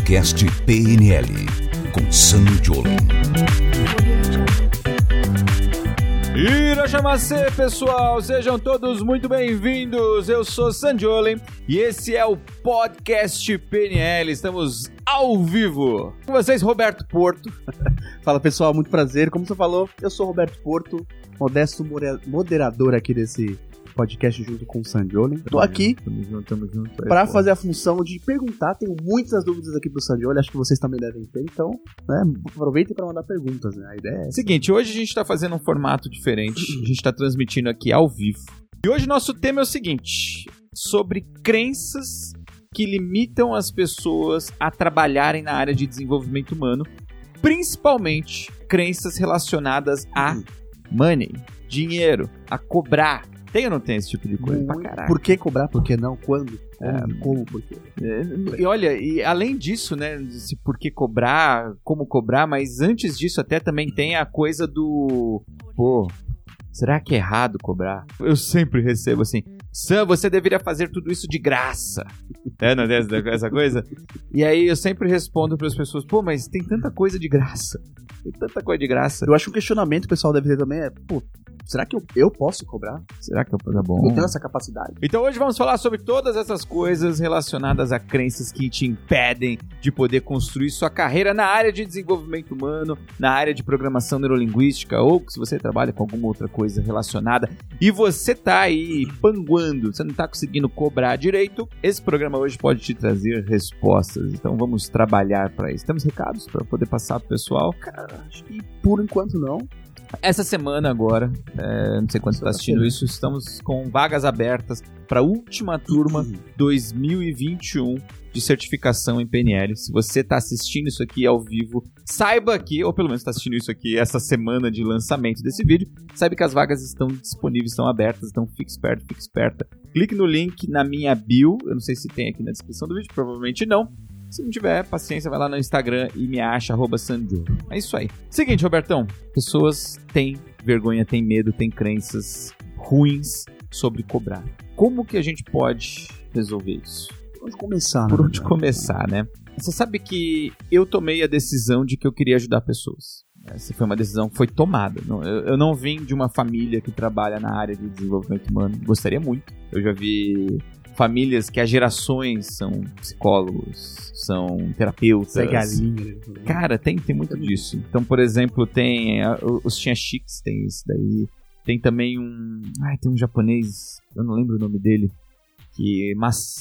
Podcast PNL, com Sandro Jolin. Irachamacê, pessoal! Sejam todos muito bem-vindos! Eu sou Sandro Jolin e esse é o Podcast PNL. Estamos ao vivo. Com vocês, Roberto Porto. Fala, pessoal, muito prazer. Como você falou, eu sou Roberto Porto, modesto moderador aqui desse podcast junto com o Sandro Jolin. Tô aqui Tamo junto. pra fazer a função de perguntar. Tenho muitas dúvidas aqui pro Sandro Jolin, acho que vocês também devem ter, então, né, aproveitem pra mandar perguntas, né? A ideia é essa. Seguinte, hoje a gente tá fazendo um formato diferente. A gente tá transmitindo aqui ao vivo. E hoje nosso tema é o seguinte: sobre crenças que limitam as pessoas a trabalharem na área de desenvolvimento humano, principalmente crenças relacionadas a money, dinheiro, a cobrar. Tem ou não tem esse tipo de coisa? Pra caralho. Por que cobrar? Por que não? Quando? Como? Por quê? E olha, e além disso, né, de por que cobrar, como cobrar, mas antes disso até também tem a coisa do... Pô, será que é errado cobrar? Eu sempre recebo assim: Sam, você deveria fazer tudo isso de graça. Não é essa coisa? E aí eu sempre respondo para as pessoas: pô, mas tem tanta coisa de graça. Tem tanta coisa de graça. Eu acho que um questionamento que o pessoal deve ter também é, pô, será que eu posso cobrar? Será que eu posso? Bom. Eu tenho essa capacidade? Então hoje vamos falar sobre todas essas coisas relacionadas a crenças que te impedem de poder construir sua carreira na área de desenvolvimento humano, na área de programação neurolinguística, ou se você trabalha com alguma outra coisa relacionada e você tá aí panguando, você não tá conseguindo cobrar direito, esse programa hoje pode te trazer respostas. Então vamos trabalhar para isso. Temos recados para poder passar pro pessoal? Cara, acho que por enquanto não. Essa semana agora, não sei quando você está assistindo isso, estamos com vagas abertas para a última turma 2021 de certificação em PNL. Se você está assistindo isso aqui ao vivo, saiba que, ou pelo menos está assistindo isso aqui essa semana de lançamento desse vídeo, saiba que as vagas estão disponíveis, estão abertas, então fique esperto, fique esperta. Clique no link na minha bio, eu não sei se tem aqui na descrição do vídeo, provavelmente não. Se não tiver paciência, vai lá no Instagram e me acha, @Sandro. É isso aí. Seguinte, Robertão. Pessoas têm vergonha, têm medo, têm crenças ruins sobre cobrar. Como que a gente pode resolver isso? Por onde começar, Por onde começar, né? Você sabe que eu tomei a decisão de que eu queria ajudar pessoas. Essa foi uma decisão que foi tomada. Eu não vim de uma família que trabalha na área de desenvolvimento humano. Gostaria muito. Eu já vi famílias que há gerações são psicólogos, são terapeutas. Galinha. Cara, tem muito disso. Então, por exemplo, tem os Tia Chics, tem isso daí. Tem também tem um japonês, eu não lembro o nome dele, que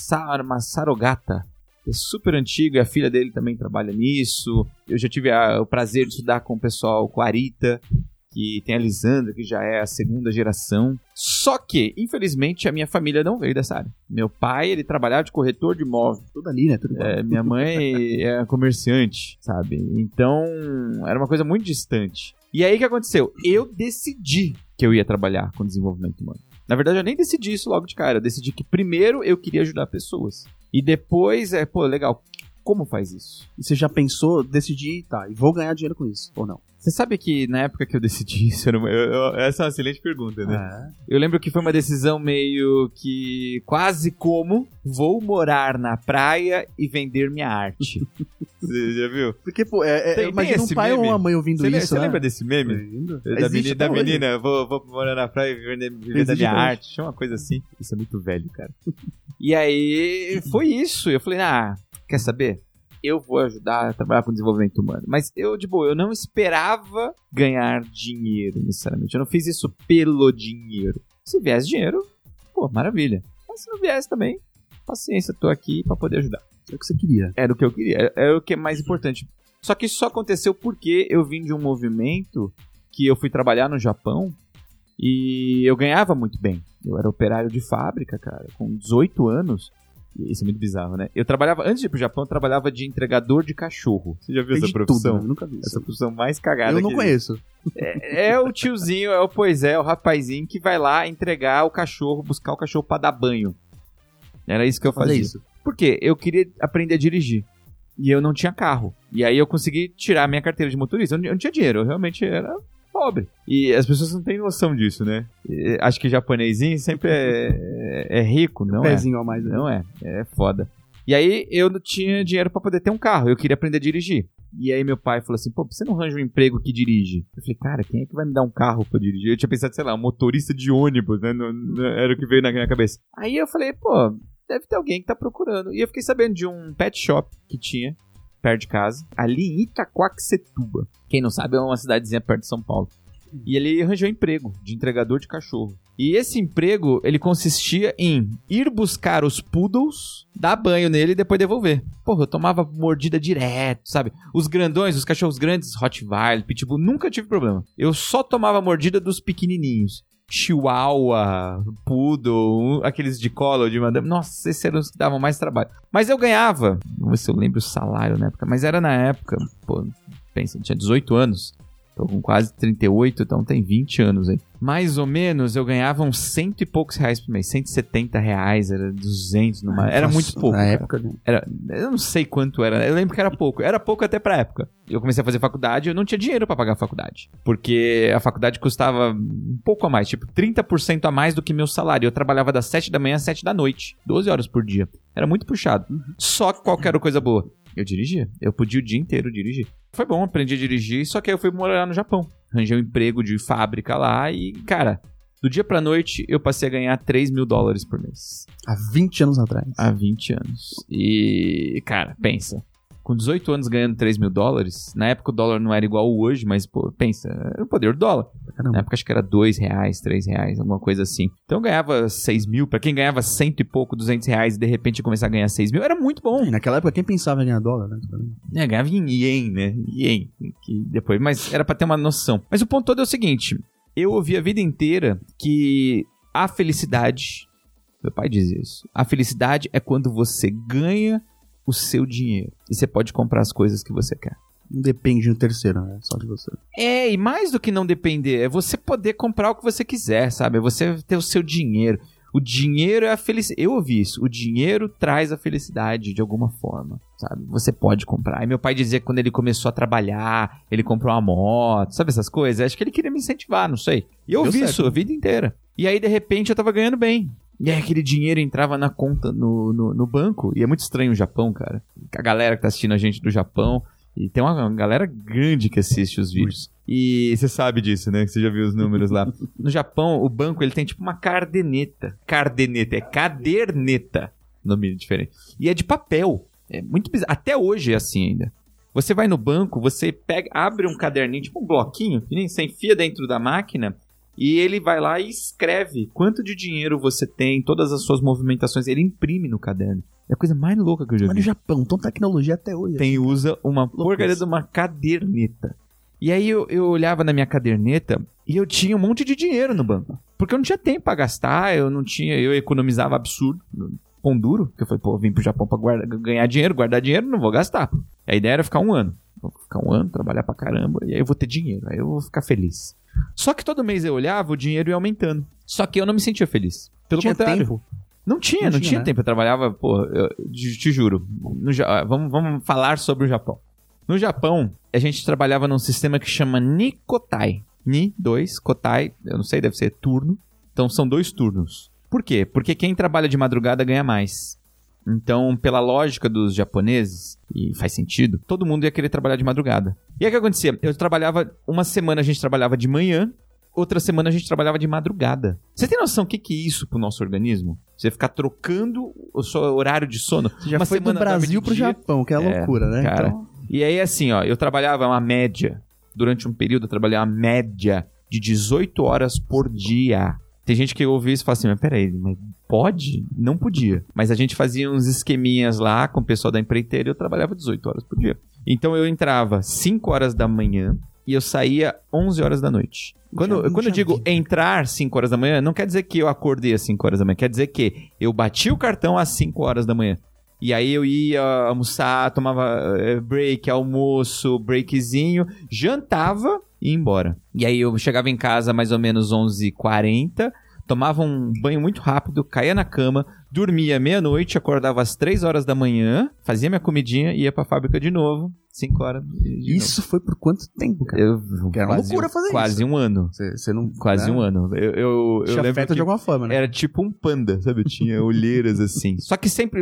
Masarogata. É super antigo e a filha dele também trabalha nisso. Eu já tive o prazer de estudar com o pessoal, com a Arita, que tem a Lisandra, que já é a segunda geração. Só que, infelizmente, a minha família não veio dessa área. Meu pai, ele trabalhava de corretor de imóvel. Tudo ali, né? Tudo igual. Minha mãe é comerciante, sabe? Então, era uma coisa muito distante. E aí, o que aconteceu? Eu decidi que eu ia trabalhar com desenvolvimento humano. Na verdade, eu nem decidi isso logo de cara. Eu decidi que primeiro eu queria ajudar pessoas. E depois, legal, como faz isso? E você já pensou, decidi, e vou ganhar dinheiro com isso, ou não? Você sabe que na época que eu decidi isso, essa é uma excelente pergunta, né? Eu lembro que foi uma decisão meio que quase como vou morar na praia e vender minha arte. Você já viu? Porque, pô, imagina um pai ou uma mãe ouvindo isso, Você lembra desse meme? Da menina, vou morar na praia e vender da minha arte. Tinha uma coisa assim. Isso é muito velho, cara. E aí, foi isso. Eu falei, quer saber? Eu vou ajudar a trabalhar com desenvolvimento humano. Mas eu não esperava ganhar dinheiro, necessariamente. Eu não fiz isso pelo dinheiro. Se viesse dinheiro, pô, maravilha. Mas se não viesse também, paciência, tô aqui pra poder ajudar. Era o que você queria. Era o que eu queria. Era o que é mais importante. Só que isso só aconteceu porque eu vim de um movimento que eu fui trabalhar no Japão e eu ganhava muito bem. Eu era operário de fábrica, cara, com 18 anos. Isso é muito bizarro, né? Eu trabalhava, antes de ir pro Japão, eu trabalhava de entregador de cachorro. Você já viu essa profissão? Tudo, eu nunca vi isso. Essa profissão mais cagada. Eu não conheço. É o tiozinho, é o rapazinho que vai lá entregar o cachorro, buscar o cachorro pra dar banho. Era isso que eu fazia. Isso. Por quê? Eu queria aprender a dirigir. E eu não tinha carro. E aí eu consegui tirar minha carteira de motorista. Eu não tinha dinheiro, eu realmente era pobre. E as pessoas não têm noção disso, né? Acho que japonesinho sempre é rico, não pezinho a mais, né? Não é foda. E aí eu não tinha dinheiro pra poder ter um carro, eu queria aprender a dirigir. E aí meu pai falou assim, pô, você não arranja um emprego que dirige? Eu falei, cara, quem é que vai me dar um carro pra dirigir? Eu tinha pensado, sei lá, um motorista de ônibus, né? Não era o que veio na minha cabeça. Aí eu falei, pô, deve ter alguém que tá procurando. E eu fiquei sabendo de um pet shop que tinha perto de casa, ali em Itaquaquecetuba. Quem não sabe, é uma cidadezinha perto de São Paulo. E ele arranjou um emprego de entregador de cachorro. E esse emprego, ele consistia em ir buscar os poodles, dar banho nele e depois devolver. Porra, eu tomava mordida direto, sabe? Os grandões, os cachorros grandes, Rottweiler, Pitbull, nunca tive problema. Eu só tomava mordida dos pequenininhos. Chihuahua, Poodle, aqueles de cola, de madame. Nossa, esses eram os que davam mais trabalho. Mas eu ganhava, não sei se eu lembro o salário na época, mas era na época, pô, pensa, eu tinha 18 anos. Tô com quase 38, então tem 20 anos aí. Mais ou menos, eu ganhava uns 100 e poucos reais por mês. 170 reais, era 200 numa... Era muito pouco. Na época, né? Eu não sei quanto era. Eu lembro que era pouco. Era pouco até pra época. Eu comecei a fazer faculdade, eu não tinha dinheiro pra pagar a faculdade. Porque a faculdade custava um pouco a mais, tipo 30% a mais do que meu salário. Eu trabalhava das 7 da manhã às 7 da noite. 12 horas por dia. Era muito puxado. Só que qual que era a coisa boa? Eu dirigia. Eu podia o dia inteiro dirigir. Foi bom, aprendi a dirigir, só que aí eu fui morar no Japão. Arranjei um emprego de fábrica lá e, cara, do dia pra noite eu passei a ganhar $3.000 por mês. Há 20 anos atrás. Há 20 anos. E, cara, pensa. Com 18 anos ganhando $3.000, na época o dólar não era igual hoje, mas, pô, pensa, era o poder do dólar. Caramba. Na época acho que era R$2, R$3, alguma coisa assim. Então eu ganhava 6 mil, pra quem ganhava 100 e pouco, R$200 e de repente ia começar a ganhar 6 mil, era muito bom. E naquela época quem pensava em ganhar dólar, né? Ganhava em ien, né? Ien, que depois, mas era pra ter uma noção. Mas o ponto todo é o seguinte, eu ouvi a vida inteira que a felicidade, meu pai dizia isso, a felicidade é quando você ganha o seu dinheiro. E você pode comprar as coisas que você quer. Não depende de um terceiro, né? Só de você. É, e mais do que não depender, é você poder comprar o que você quiser, sabe? É você ter o seu dinheiro. O dinheiro é a felicidade. Eu ouvi isso. O dinheiro traz a felicidade de alguma forma, sabe? Você pode comprar. E meu pai dizia que quando ele começou a trabalhar, ele comprou uma moto, sabe essas coisas? Acho que ele queria me incentivar, não sei. E eu ouvi isso a vida inteira. E aí, de repente, eu tava ganhando bem. E aí aquele dinheiro entrava na conta no banco. E é muito estranho o Japão, cara. A galera que tá assistindo a gente do Japão. E tem uma galera grande que assiste os vídeos. E você sabe disso, né? Que você já viu os números lá. No Japão, o banco, ele tem tipo uma caderneta. Caderneta, é caderneta. Nome diferente. E é de papel. É muito bizarro. Até hoje é assim ainda. Você vai no banco, você pega, abre um caderninho, tipo um bloquinho, que nem você enfia dentro da máquina. E ele vai lá e escreve quanto de dinheiro você tem, todas as suas movimentações. Ele imprime no caderno. É a coisa mais louca que eu já vi. Mas no Japão, então tecnologia até hoje. Usa uma porcaria de uma caderneta. E aí eu olhava na minha caderneta e eu tinha um monte de dinheiro no banco. Porque eu não tinha tempo pra gastar, eu economizava absurdo. Pão duro, porque eu falei, pô, eu vim pro Japão pra ganhar dinheiro, guardar dinheiro, não vou gastar. A ideia era ficar um ano. Vou ficar um ano, trabalhar pra caramba, e aí eu vou ter dinheiro, aí eu vou ficar feliz. Só que todo mês eu olhava, o dinheiro ia aumentando. Só que eu não me sentia feliz. Pelo contrário. Tempo? Não tinha né? tempo. Eu trabalhava, pô, te juro. Vamos falar sobre o Japão. No Japão, a gente trabalhava num sistema que chama Nikotai. Ni, 2, Kotai, eu não sei, deve ser turno. Então são 2 turnos. Por quê? Porque quem trabalha de madrugada ganha mais. Então, pela lógica dos japoneses, e faz sentido, todo mundo ia querer trabalhar de madrugada. E aí o que acontecia? Eu trabalhava, uma semana a gente trabalhava de manhã, outra semana a gente trabalhava de madrugada. Você tem noção do que é isso pro nosso organismo? Você ficar trocando o seu horário de sono? Você já foi do Brasil pro Japão, que é loucura, né? Cara. Então... E aí assim, ó, eu trabalhava uma média, durante um período eu trabalhei uma média de 18 horas por dia. Tem gente que ouve isso e fala assim, mas peraí, mas pode? Não podia. Mas a gente fazia uns esqueminhas lá com o pessoal da empreiteira e eu trabalhava 18 horas por dia. Então eu entrava 5 horas da manhã e eu saía 11 horas da noite. Quando eu digo entrar 5 horas da manhã, não quer dizer que eu acordei às 5 horas da manhã. Quer dizer que eu bati o cartão às 5 horas da manhã. E aí eu ia almoçar, tomava break, almoço, breakzinho, jantava e ia embora. E aí eu chegava em casa mais ou menos 11h40, tomava um banho muito rápido, caía na cama, dormia meia-noite, acordava às 3 horas da manhã, fazia minha comidinha e ia pra fábrica de novo, 5 horas. Isso foi por quanto tempo, cara? Era uma loucura fazer quase isso. Um ano. Você não... Quase um ano. Eu te lembro afeta que de alguma forma, né? Era tipo um panda, sabe? Eu tinha olheiras assim. Só que sempre...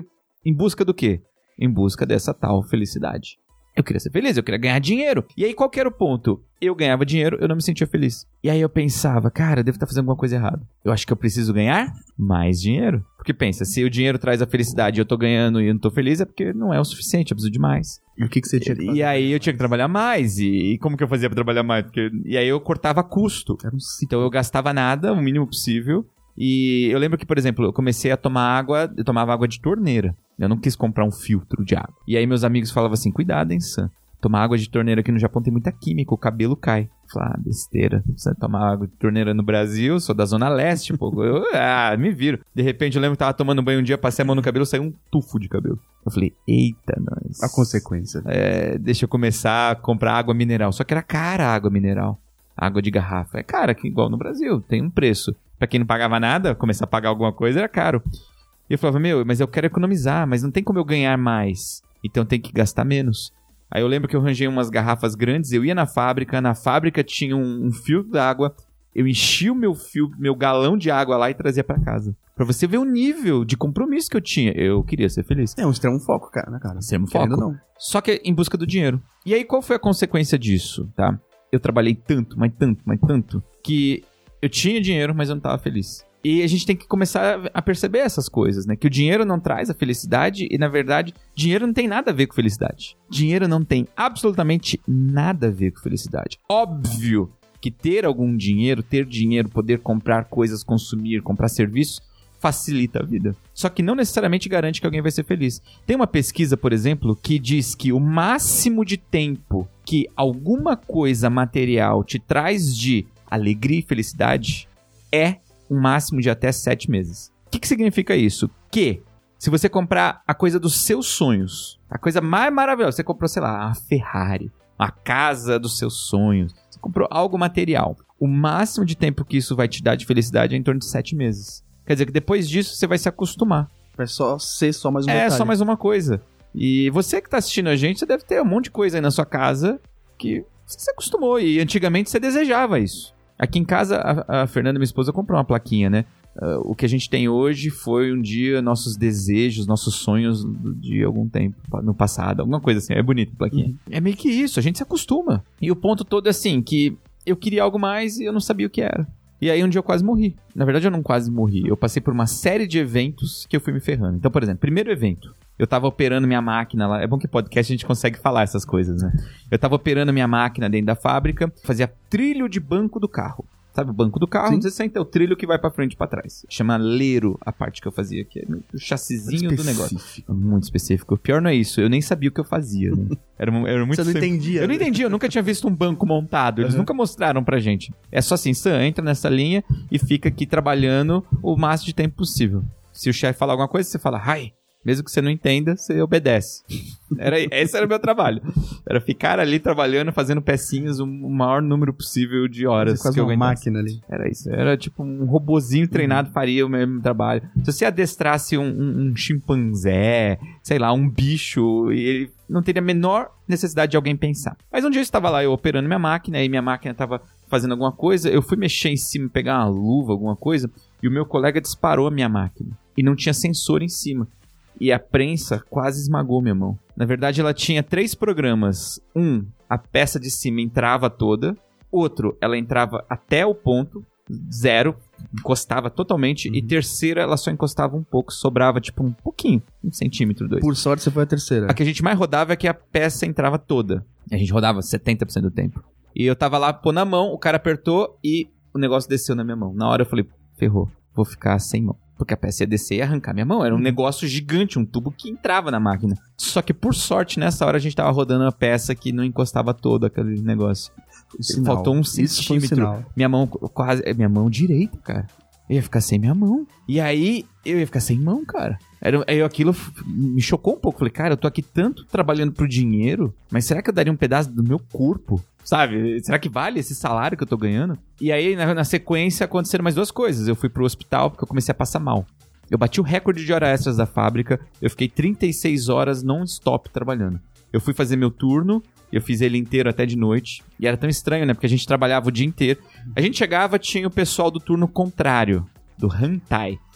Em busca do quê? Em busca dessa tal felicidade. Eu queria ser feliz, eu queria ganhar dinheiro. E aí, qual que era o ponto? Eu ganhava dinheiro, eu não me sentia feliz. E aí eu pensava, cara, eu devo estar fazendo alguma coisa errada. Eu acho que eu preciso ganhar mais dinheiro. Porque pensa, se o dinheiro traz a felicidade e eu tô ganhando e eu não tô feliz, é porque não é o suficiente, eu preciso de mais. E o que você tinha que fazer? E aí eu tinha que trabalhar mais. E como que eu fazia pra trabalhar mais? E aí eu cortava custo. Então eu gastava nada, o mínimo possível. E eu lembro que, por exemplo, eu comecei a tomar água, eu tomava água de torneira. Eu não quis comprar um filtro de água. E aí meus amigos falavam assim, cuidado, hein, Sam. Tomar água de torneira aqui no Japão tem muita química, o cabelo cai. Eu falei, besteira. Você tomar água de torneira no Brasil, sou da Zona Leste, pô. Me viro. De repente eu lembro que tava tomando banho um dia, passei a mão no cabelo, saiu um tufo de cabelo. Eu falei, eita, nós. A consequência. Deixa eu começar a comprar água mineral. Só que era cara a água mineral. Água de garrafa. É cara, que igual no Brasil, tem um preço. Pra quem não pagava nada, começar a pagar alguma coisa era caro. E eu falava, mas eu quero economizar, mas não tem como eu ganhar mais. Então tem que gastar menos. Aí eu lembro que eu arranjei umas garrafas grandes, eu ia na fábrica tinha um filtro d'água, eu enchia o meu galão de água lá e trazia pra casa. Pra você ver o nível de compromisso que eu tinha. Eu queria ser feliz. É um extremo foco, cara, Extremo foco. Não. Só que em busca do dinheiro. E aí qual foi a consequência disso, tá? Eu trabalhei tanto, mas tanto, que eu tinha dinheiro, mas eu não tava feliz. E a gente tem que começar a perceber essas coisas, né? Que o dinheiro não traz a felicidade e, na verdade, dinheiro não tem nada a ver com felicidade. Dinheiro não tem absolutamente nada a ver com felicidade. Óbvio que ter dinheiro, poder comprar coisas, consumir, comprar serviços, facilita a vida. Só que não necessariamente garante que alguém vai ser feliz. Tem uma pesquisa, por exemplo, que diz que o máximo de tempo que alguma coisa material te traz de alegria e felicidade é um máximo de até 7 meses. O que significa isso? Que se você comprar a coisa dos seus sonhos, a coisa mais maravilhosa, você comprou, sei lá, uma Ferrari, a casa dos seus sonhos, você comprou algo material, o máximo de tempo que isso vai te dar de felicidade é em torno de 7 meses. Quer dizer que depois disso você vai se acostumar. Vai ser só mais um detalhe. Só mais uma coisa. E você que tá assistindo a gente, você deve ter um monte de coisa aí na sua casa que você se acostumou e antigamente você desejava isso. Aqui em casa, a Fernanda, minha esposa, comprou uma plaquinha, né? O que a gente tem hoje foi um dia nossos desejos, nossos sonhos de algum tempo, no passado, alguma coisa assim. É bonito a plaquinha. Uhum. É meio que isso, a gente se acostuma. E o ponto todo é assim, que eu queria algo mais e eu não sabia o que era. E aí um dia eu quase morri. Na verdade, eu não quase morri. Eu passei por uma série de eventos que eu fui me ferrando. Então, por exemplo, primeiro evento. Eu tava operando minha máquina lá. É bom que podcast a gente consegue falar essas coisas, né? Eu tava operando minha máquina dentro da fábrica. Fazia trilho de banco do carro. Sabe o banco do carro? Sim. Você senta o trilho que vai pra frente e pra trás. Chama lero a parte que eu fazia, que é o chassizinho do negócio. Muito específico. O pior não é isso, eu nem sabia o que eu fazia, né? Era muito Você não entendia. Eu não entendia, eu nunca tinha visto um banco montado. Eles nunca mostraram pra gente. É só assim, Sam, entra nessa linha e fica aqui trabalhando o máximo de tempo possível. Se o chefe falar alguma coisa, você fala, ai. Mesmo que você não entenda, você obedece. Esse era o meu trabalho. Era ficar ali trabalhando, fazendo pecinhas o maior número possível de horas. Quase uma máquina ali. Era isso. Era tipo um robozinho treinado faria o mesmo trabalho. Se você adestrasse um chimpanzé, sei lá, um bicho, ele não teria a menor necessidade de alguém pensar. Mas um dia eu estava lá, eu operando minha máquina, e minha máquina estava fazendo alguma coisa, eu fui mexer em cima, pegar uma luva, alguma coisa, e o meu colega disparou a minha máquina. E não tinha sensor em cima. E a prensa quase esmagou minha mão. Na verdade, ela tinha 3 programas. A peça de cima entrava toda. Outro, ela entrava até o ponto 0, encostava totalmente. E terceira, ela só encostava um pouco, sobrava tipo um pouquinho, 1 centímetro, 2. Por sorte, você foi a terceira. A que a gente mais rodava é que a peça entrava toda. A gente rodava 70% do tempo. E eu tava lá, pô na mão, o cara apertou e o negócio desceu na minha mão. Na hora eu falei, ferrou, vou ficar sem mão. Porque a peça ia descer e arrancar minha mão. Era um negócio gigante, um tubo que entrava na máquina. Só que, por sorte, nessa hora a gente tava rodando uma peça que não encostava todo aquele negócio. Faltou 1 centímetro. Minha mão quase... Minha mão direita, cara. Eu ia ficar sem minha mão. E aí, eu ia ficar sem mão, cara. Aquilo me chocou um pouco. Falei, cara, eu tô aqui tanto trabalhando pro dinheiro, mas será que eu daria um pedaço do meu corpo? Sabe? Será que vale esse salário que eu tô ganhando? E aí, na sequência, aconteceram mais 2 coisas. Eu fui pro hospital porque eu comecei a passar mal. Eu bati o recorde de horas extras da fábrica. Eu fiquei 36 horas non-stop trabalhando. Eu fui fazer meu turno. Eu fiz ele inteiro até de noite. E era tão estranho, né? Porque a gente trabalhava o dia inteiro. A gente chegava, tinha o pessoal do turno contrário, do Hantai.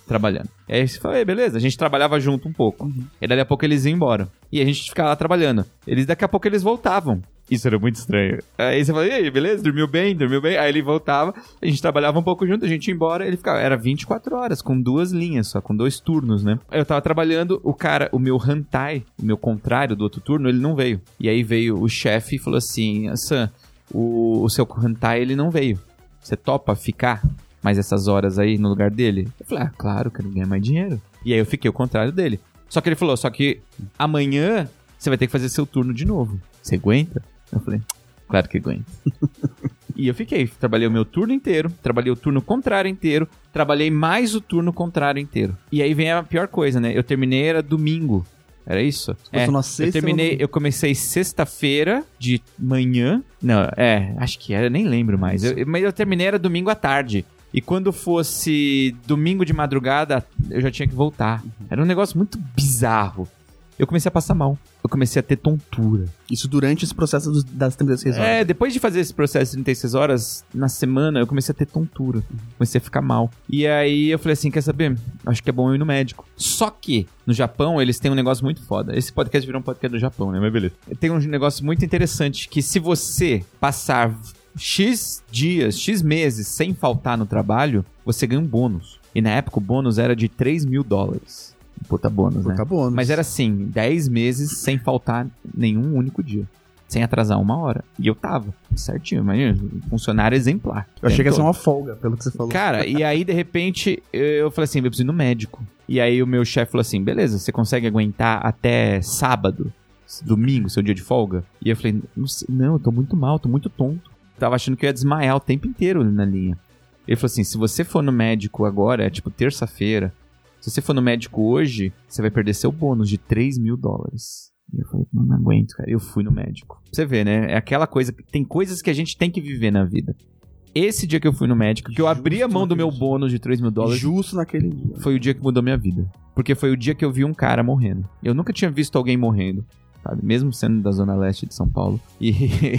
trabalhando. Aí eu falei, beleza, a gente trabalhava junto um pouco. E daí a pouco eles iam embora. E a gente ficava lá trabalhando. Daqui a pouco eles voltavam. Isso era muito estranho. Aí você fala, e aí, beleza? Dormiu bem? Aí ele voltava, a gente trabalhava um pouco junto, a gente ia embora, ele ficava, era 24 horas, com 2 linhas só, com 2 turnos, né? Eu tava trabalhando, o meu Hantai, o meu contrário do outro turno, ele não veio. E aí veio o chefe e falou assim, Sam, o seu Hantai, ele não veio. Você topa ficar mais essas horas aí no lugar dele? Eu falei, claro, quero ganhar mais dinheiro. E aí eu fiquei o contrário dele. Só que ele falou, só que amanhã você vai ter que fazer seu turno de novo. Você aguenta? Eu falei, claro que aguento. E eu fiquei, trabalhei o meu turno inteiro, trabalhei o turno contrário inteiro, trabalhei mais o turno contrário inteiro. E aí vem a pior coisa, né? Eu terminei, era domingo. Era isso? Eu comecei sexta-feira de manhã. Não, acho que era, nem lembro mais. Mas eu terminei, era domingo à tarde. E quando fosse domingo de madrugada, eu já tinha que voltar. Era um negócio muito bizarro. Eu comecei a passar mal. Eu comecei a ter tontura. Isso durante esse processo das 36 horas? Depois de fazer esse processo de 36 horas, na semana, eu comecei a ter tontura. Comecei a ficar mal. E aí eu falei assim, quer saber? Acho que é bom eu ir no médico. Só que, no Japão, eles têm um negócio muito foda. Esse podcast virou um podcast do Japão, né? Mas beleza. Tem um negócio muito interessante, que se você passar X dias, X meses sem faltar no trabalho, você ganha um bônus. E na época o bônus era de $3.000. Puta bônus, né? Bônus. Mas era assim, 10 meses sem faltar nenhum único dia. Sem atrasar 1 hora. E eu tava, certinho, imagina, funcionário exemplar. Eu achei que ia ser uma folga, pelo que você falou. Cara, e aí de repente eu falei assim, eu preciso ir no médico. E aí o meu chefe falou assim, beleza, você consegue aguentar até sábado, domingo, seu dia de folga? E eu falei, não, eu tô muito mal, tô muito tonto. Tava achando que eu ia desmaiar o tempo inteiro na linha. Ele falou assim, se você for no médico agora, é tipo terça-feira, se você for no médico hoje, você vai perder seu bônus de $3.000. E eu falei, não aguento, cara. Eu fui no médico. Você vê, né? É aquela coisa, tem coisas que a gente tem que viver na vida. Esse dia que eu fui no médico, que eu abri a mão do meu bônus de $3.000... Justo naquele dia. Foi o dia que mudou minha vida. Porque foi o dia que eu vi um cara morrendo. Eu nunca tinha visto alguém morrendo. Sabe? Mesmo sendo da zona leste de São Paulo. E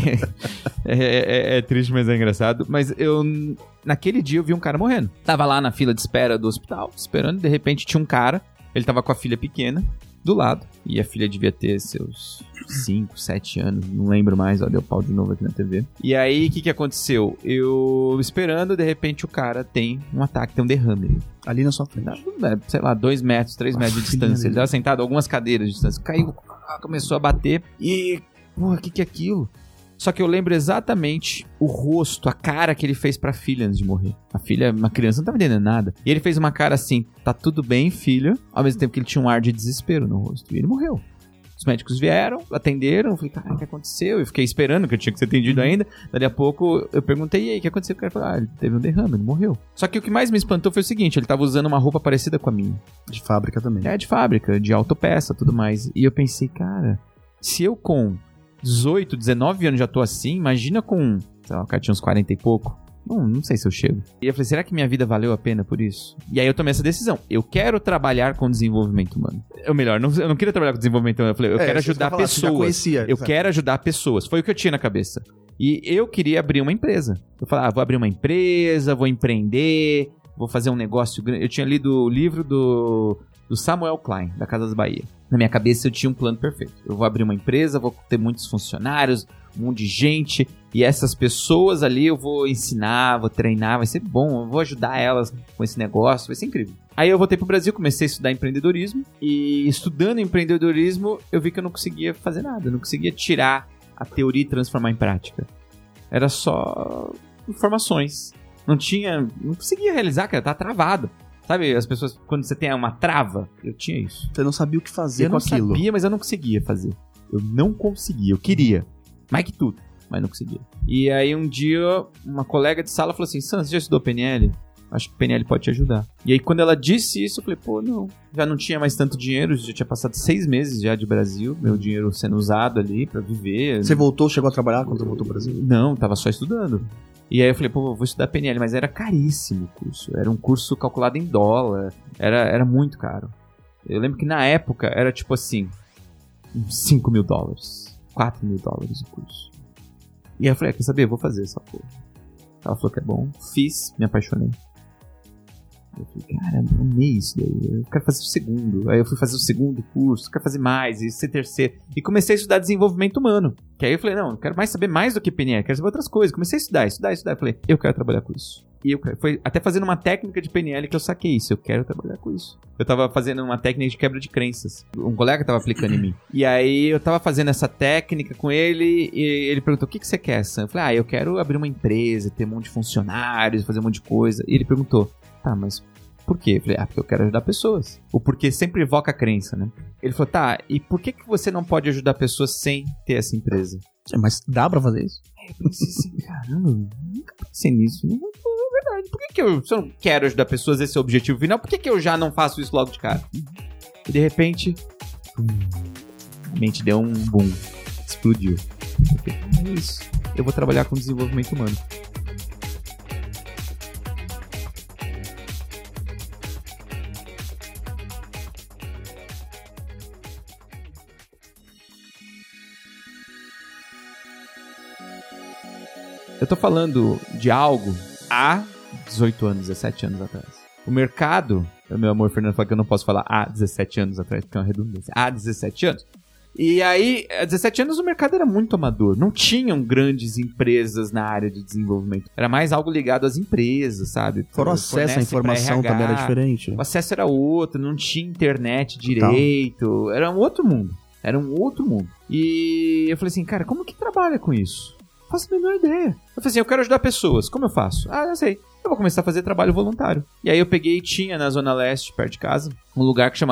é triste, mas é engraçado. Mas naquele dia eu vi um cara morrendo. Tava lá na fila de espera do hospital, esperando, e de repente tinha um cara, ele tava com a filha pequena do lado, e a filha devia ter seus 5, 7 anos, não lembro mais, ó, deu pau de novo aqui na TV. E aí, o que aconteceu? Eu esperando, de repente o cara tem um ataque, tem um derrame. Ali na sua frente. Sei lá, 2 metros, 3 metros de distância. Ele tava sentado a algumas cadeiras de distância. Caiu, começou a bater e... Porra, o que é aquilo? Só que eu lembro exatamente o rosto, a cara que ele fez pra filha antes de morrer. A filha, uma criança, não tava entendendo nada. E ele fez uma cara assim, tá tudo bem, filha. Ao mesmo tempo que ele tinha um ar de desespero no rosto. E ele morreu. Os médicos vieram, atenderam. Eu falei, cara, o que aconteceu? Eu fiquei esperando, que eu tinha que ser atendido ainda. Daí a pouco eu perguntei, e aí, o que aconteceu? O cara falou, ele teve um derrame, ele morreu. Só que o que mais me espantou foi o seguinte, ele tava usando uma roupa parecida com a minha. De fábrica também. De fábrica, de autopeça, tudo mais. E eu pensei, cara, se eu com 18, 19 anos já tô assim, imagina com, sei lá, o cara tinha uns 40 e pouco. Não sei se eu chego. E eu falei, será que minha vida valeu a pena por isso? E aí eu tomei essa decisão. Eu quero trabalhar com desenvolvimento humano. Ou melhor, eu não queria trabalhar com desenvolvimento humano. Eu falei, eu quero ajudar pessoas. Eu quero ajudar pessoas. Foi o que eu tinha na cabeça. E eu queria abrir uma empresa. Eu falei, vou abrir uma empresa, vou empreender, vou fazer um negócio grande. Eu tinha lido o livro do Samuel Klein, da Casas Bahia. Na minha cabeça eu tinha um plano perfeito. Eu vou abrir uma empresa, vou ter muitos funcionários, um monte de gente, e essas pessoas ali eu vou ensinar, vou treinar, vai ser bom, eu vou ajudar elas com esse negócio, vai ser incrível. Aí eu voltei pro Brasil, comecei a estudar empreendedorismo, e estudando empreendedorismo eu vi que eu não conseguia fazer nada, eu não conseguia tirar a teoria e transformar em prática. Era só informações. Não conseguia realizar, cara, tá travado. Sabe, as pessoas, quando você tem uma trava, eu tinha isso. Você não sabia o que fazer com aquilo. Eu não sabia, mas eu não conseguia fazer. Eu não conseguia, eu queria. Mais que tudo, mas não conseguia. E aí um dia, uma colega de sala falou assim, Sam, você já estudou PNL? Acho que PNL pode te ajudar. E aí quando ela disse isso, eu falei, pô, não. Já não tinha mais tanto dinheiro, já tinha passado 6 meses já de Brasil, meu dinheiro sendo usado ali pra viver. Você chegou a trabalhar quando você voltou pro Brasil? Não, tava só estudando. E aí eu falei, pô, vou estudar PNL, mas era caríssimo o curso. Era um curso calculado em dólar. Era muito caro. Eu lembro que na época era tipo assim, $5.000, $4.000 o curso. E aí eu falei, quer saber? Eu vou fazer essa porra. Ela falou que é bom. Fiz, me apaixonei. Eu falei, cara, eu amei isso daí. Eu quero fazer o segundo. Aí eu fui fazer o segundo curso, quero fazer mais, e ser terceiro. E comecei a estudar desenvolvimento humano. Que aí eu falei, não, eu quero saber mais do que PNL, quero saber outras coisas. Comecei a estudar. Eu falei, eu quero trabalhar com isso. E foi até fazendo uma técnica de PNL que eu saquei isso. Eu quero trabalhar com isso. Eu tava fazendo uma técnica de quebra de crenças. Um colega tava aplicando em mim. E aí eu tava fazendo essa técnica com ele e ele perguntou, o que você quer, Sam? Eu falei, eu quero abrir uma empresa, ter um monte de funcionários, fazer um monte de coisa. E ele perguntou, tá, mas por quê? Eu falei, porque eu quero ajudar pessoas. O porquê sempre evoca a crença, né? Ele falou, tá, e por que você não pode ajudar pessoas sem ter essa empresa? Mas dá pra fazer isso? Eu pensei assim, caramba, nunca pensei nisso. Não é verdade. Por que se eu não quero ajudar pessoas, esse é o objetivo final, por que eu já não faço isso logo de cara? E de repente, a mente deu um boom. Explodiu. Eu falei, é isso. Eu vou trabalhar com desenvolvimento humano. Eu tô falando de algo há 18 anos, 17 anos atrás. O mercado, meu amor Fernando fala que eu não posso falar há 17 anos atrás, porque é uma redundância. Há 17 anos. E aí, há 17 anos o mercado era muito amador. Não tinham grandes empresas na área de desenvolvimento. Era mais algo ligado às empresas, sabe? Fora o acesso à informação também era diferente. O acesso era outro, não tinha internet direito. Era um outro mundo. E eu falei assim, cara, como que trabalha com isso? Não faço a menor ideia. Eu falei assim, eu quero ajudar pessoas. Como eu faço? Eu sei. Eu vou começar a fazer trabalho voluntário. E aí eu peguei e tinha na Zona Leste, perto de casa, um lugar que chama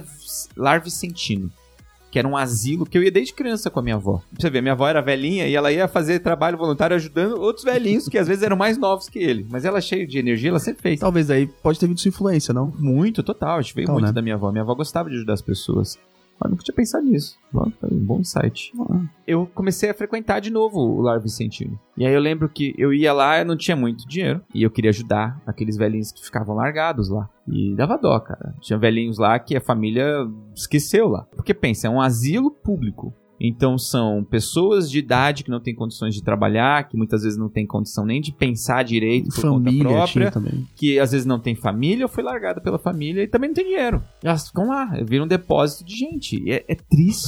Lar Vicentino, que era um asilo que eu ia desde criança com a minha avó. Pra você ver, minha avó era velhinha e ela ia fazer trabalho voluntário ajudando outros velhinhos que às vezes eram mais novos que ele. Mas ela cheia de energia, ela sempre fez. Talvez aí pode ter vindo sua influência, não? Muito, total. A gente veio muito, né? Da minha avó. Minha avó gostava de ajudar as pessoas. Eu nunca tinha pensado nisso. Um bom insight. Eu comecei a frequentar de novo o Lar Vicentino. E aí eu lembro que eu ia lá, eu não tinha muito dinheiro. E eu queria ajudar aqueles velhinhos que ficavam largados lá. E dava dó, cara. Tinha velhinhos lá que a família esqueceu lá. Porque pensa, é um asilo público. Então são pessoas de idade que não têm condições de trabalhar, que muitas vezes não têm condição nem de pensar direito por conta própria, que às vezes não tem família ou foi largada pela família e também não tem dinheiro. Elas ficam lá, viram um depósito de gente. E é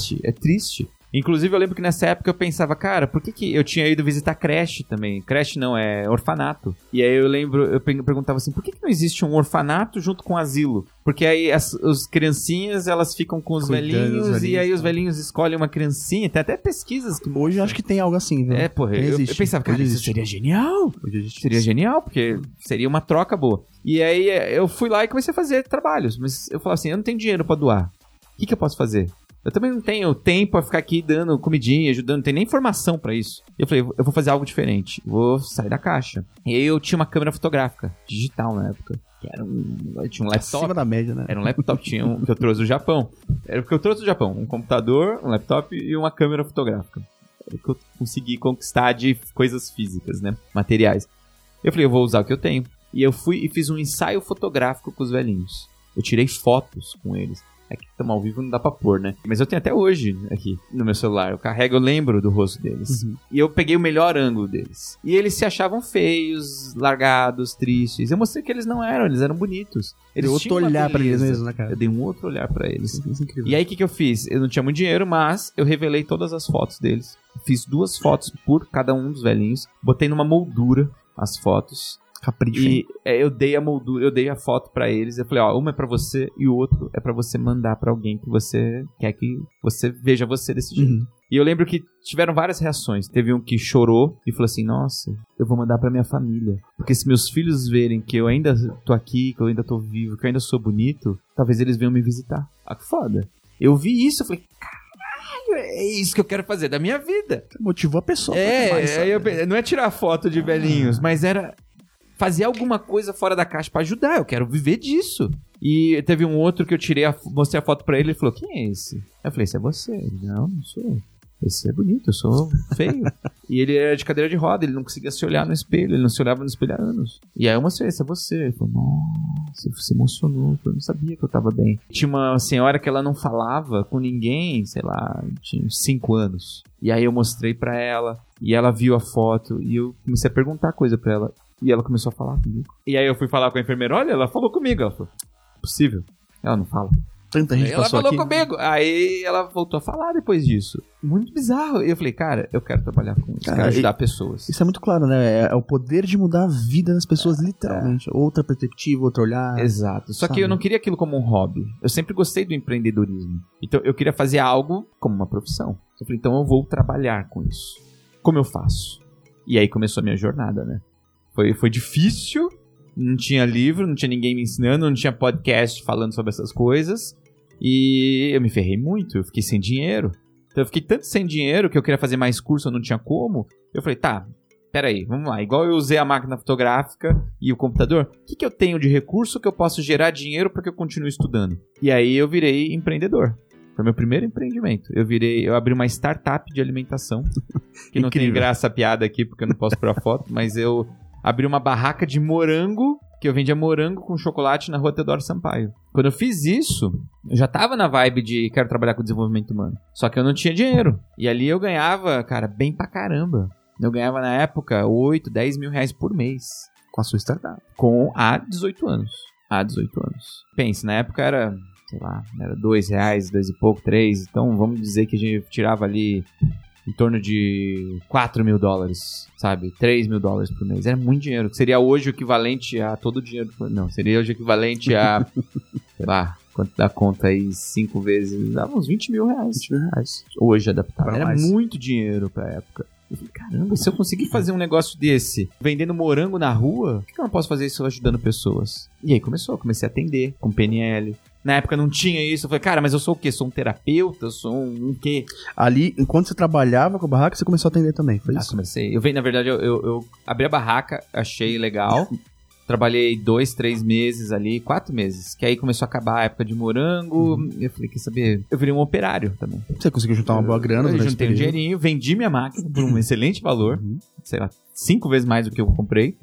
triste. Inclusive eu lembro que nessa época eu pensava, cara, por que eu tinha ido visitar creche também? Creche não, é orfanato. E aí eu lembro, eu perguntava assim, por que não existe um orfanato junto com um asilo? Porque aí as criancinhas, elas ficam com os velhinhos e aí os velhinhos escolhem uma criancinha. Tem até pesquisas que... Hoje eu acho que tem algo assim, viu? Eu pensava, cara, isso seria genial. Seria genial, porque seria uma troca boa. E aí eu fui lá e comecei a fazer trabalhos. Mas eu falava assim, eu não tenho dinheiro pra doar. O que eu posso fazer? Eu também não tenho tempo pra ficar aqui dando comidinha, ajudando, não tenho nem formação pra isso. E eu falei, eu vou fazer algo diferente, vou sair da caixa. E aí eu tinha uma câmera fotográfica, digital na época, que era tinha um laptop. Acima da média, né? Era um laptop, que eu trouxe do Japão. Era o que eu trouxe do Japão, um computador, um laptop e uma câmera fotográfica. Era o que eu consegui conquistar de coisas físicas, né, materiais. Eu falei, eu vou usar o que eu tenho. E eu fui e fiz um ensaio fotográfico com os velhinhos. Eu tirei fotos com eles. Aqui estamos ao vivo, não dá pra pôr, né? Mas eu tenho até hoje aqui no meu celular. Eu carrego, eu lembro do rosto deles. E eu peguei o melhor ângulo deles. E eles se achavam feios, largados, tristes. Eu mostrei que eles não eram, eles eram bonitos. Eles tinham outro olhar pra eles mesmo, né, cara? Eu dei um outro olhar pra eles. Isso é incrível. E aí o que eu fiz? Eu não tinha muito dinheiro, mas eu revelei todas as fotos deles. Fiz 2 fotos por cada um dos velhinhos. Botei numa moldura as fotos. Capricho. E eu dei a moldura, eu dei a foto pra eles. Eu falei, uma é pra você e o outro é pra você mandar pra alguém que você quer que você veja você desse jeito. E eu lembro que tiveram várias reações. Teve um que chorou e falou assim, nossa, eu vou mandar pra minha família. Porque se meus filhos verem que eu ainda tô aqui, que eu ainda tô vivo, que eu ainda sou bonito, talvez eles venham me visitar. Que foda. Eu vi isso, eu falei, caralho, é isso que eu quero fazer da minha vida. Motivou a pessoa. Não é tirar foto de velhinhos, mas era... fazer alguma coisa fora da caixa pra ajudar. Eu quero viver disso. E teve um outro que eu mostrei a foto pra ele. Ele falou, quem é esse? Eu falei, esse é você. Ele, não sou. Esse é bonito, eu sou feio. E ele era de cadeira de roda, ele não conseguia se olhar no espelho. Ele não se olhava no espelho há anos. E aí eu mostrei, esse é você. Ele falou, nossa, você se emocionou. Eu não sabia que eu tava bem. Tinha uma senhora que ela não falava com ninguém, sei lá, tinha uns 5 anos. E aí eu mostrei pra ela. E ela viu a foto. E eu comecei a perguntar coisa pra ela. E ela começou a falar comigo. E aí eu fui falar com a enfermeira, olha, ela falou comigo. Ela falou, possível. Ela não fala. Tanta gente Ela passou falou aqui. comigo. Aí ela voltou a falar depois disso. Muito bizarro. E eu falei, cara, eu quero trabalhar com isso. Quero ajudar pessoas. Isso é muito claro, né? É o poder de mudar a vida das pessoas, literalmente. Outra perspectiva, outro olhar. Exato. Só Sabe? que eu não queria aquilo como um hobby. Eu sempre gostei do empreendedorismo. Então eu queria fazer algo como uma profissão. Eu falei, então eu vou trabalhar com isso. Como eu faço? E aí começou a minha jornada, né? Foi difícil. Não tinha livro, não tinha ninguém me ensinando, não tinha podcast falando sobre essas coisas. E eu me ferrei muito, eu fiquei sem dinheiro. Então eu fiquei tanto sem dinheiro que eu queria fazer mais curso, eu não tinha como. Eu falei, tá, peraí, vamos lá. Igual eu usei a máquina fotográfica e o computador, o que eu tenho de recurso que eu posso gerar dinheiro para que eu continue estudando? E aí eu virei empreendedor. Foi meu primeiro empreendimento. Eu abri uma startup de alimentação, que não tem graça a piada aqui porque eu não posso pôr a foto, mas eu abri uma barraca de morango, que eu vendia morango com chocolate na Rua Teodoro Sampaio. Quando eu fiz isso, eu já tava na vibe de quero trabalhar com desenvolvimento humano. Só que eu não tinha dinheiro. E ali eu ganhava, cara, bem pra caramba. Eu ganhava na época 8, 10 mil reais por mês. Com a sua startup. Há 18 anos. Há 18 anos. Pense, na época era, sei lá, era R$2, 2 e pouco, 3. Então vamos dizer que a gente tirava ali em torno de $4 mil, sabe? $3 mil por mês. Era muito dinheiro. Que seria hoje o equivalente a todo o dinheiro. Não, seria hoje o equivalente a, sei lá, quanto dá conta aí, 5 vezes, dava uns R$20 mil. Hoje adaptado. Era muito dinheiro pra época. Eu falei, caramba, se eu conseguir fazer um negócio desse, vendendo morango na rua, por que eu não posso fazer isso ajudando pessoas? E aí comecei a atender com PNL. Na época não tinha isso. Eu falei, cara, mas eu sou o quê? Sou um terapeuta? Eu sou um quê? Ali, enquanto você trabalhava com a barraca, você começou a atender também, foi isso? Comecei. Na verdade, eu abri a barraca, achei legal. Trabalhei 2, 3 meses ali, 4 meses. Que aí começou a acabar a época de morango. Eu falei, quer saber? Eu virei um operário também. Você conseguiu juntar uma boa grana? Eu juntei um dinheirinho, vendi minha máquina por um excelente valor. Sei lá, 5 vezes mais do que eu comprei.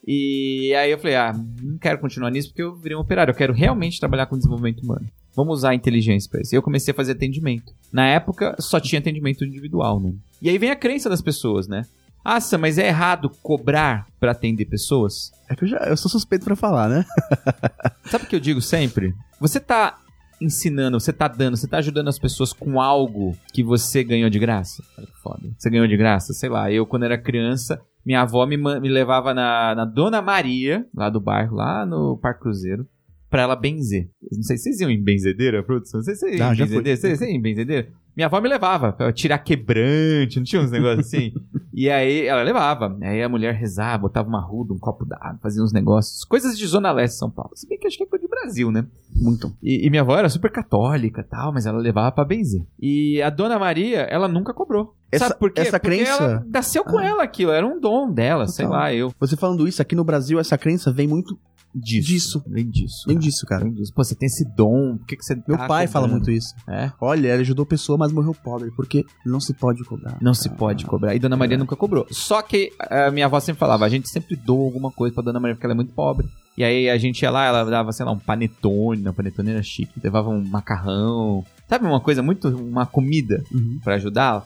E aí eu falei, não quero continuar nisso porque eu virei um operário. Eu quero realmente trabalhar com desenvolvimento humano. Vamos usar a inteligência para isso. E eu comecei a fazer atendimento. Na época, só tinha atendimento individual, né? E aí vem a crença das pessoas, né? Sam, mas é errado cobrar pra atender pessoas? É que eu sou suspeito pra falar, né? Sabe o que eu digo sempre? Você tá ensinando, você tá ajudando as pessoas com algo que você ganhou de graça? Olha que foda. Você ganhou de graça? Sei lá, eu quando era criança, minha avó me levava na Dona Maria, lá do bairro, lá no Parque Cruzeiro, pra ela benzer. Não sei se vocês iam em benzedeira, produção? Não sei se vocês iam em benzedeira. Vocês iam em benzedeira? Minha avó me levava pra tirar quebrante, não tinha uns negócios assim? E aí ela levava. Aí a mulher rezava, botava uma ruda, um copo d'água, fazia uns negócios. Coisas de Zona Leste de São Paulo. Se bem que acho que é coisa de Brasil, né? Muito. E minha avó era super católica e tal, mas ela levava pra benzer. E a Dona Maria, ela nunca cobrou. Sabe por quê? Essa Porque crença... ela nasceu com ela aquilo, era um dom dela, sei lá, eu. Você falando isso, aqui no Brasil, essa crença vem muito... Disso. Vem disso, cara. Vem disso. Pô, você tem esse dom, por que você tá Meu pai fala muito isso. É? Olha, ele ajudou pessoa, mas morreu pobre, porque não se pode cobrar. Não se pode cobrar. E Dona Maria nunca cobrou. Só que a minha avó sempre falava, a gente sempre doa alguma coisa pra Dona Maria, porque ela é muito pobre. E aí a gente ia lá, ela dava, sei lá, um panetone. Não, panetone era chique. Levava um macarrão. Sabe uma coisa uma comida pra ajudá-la?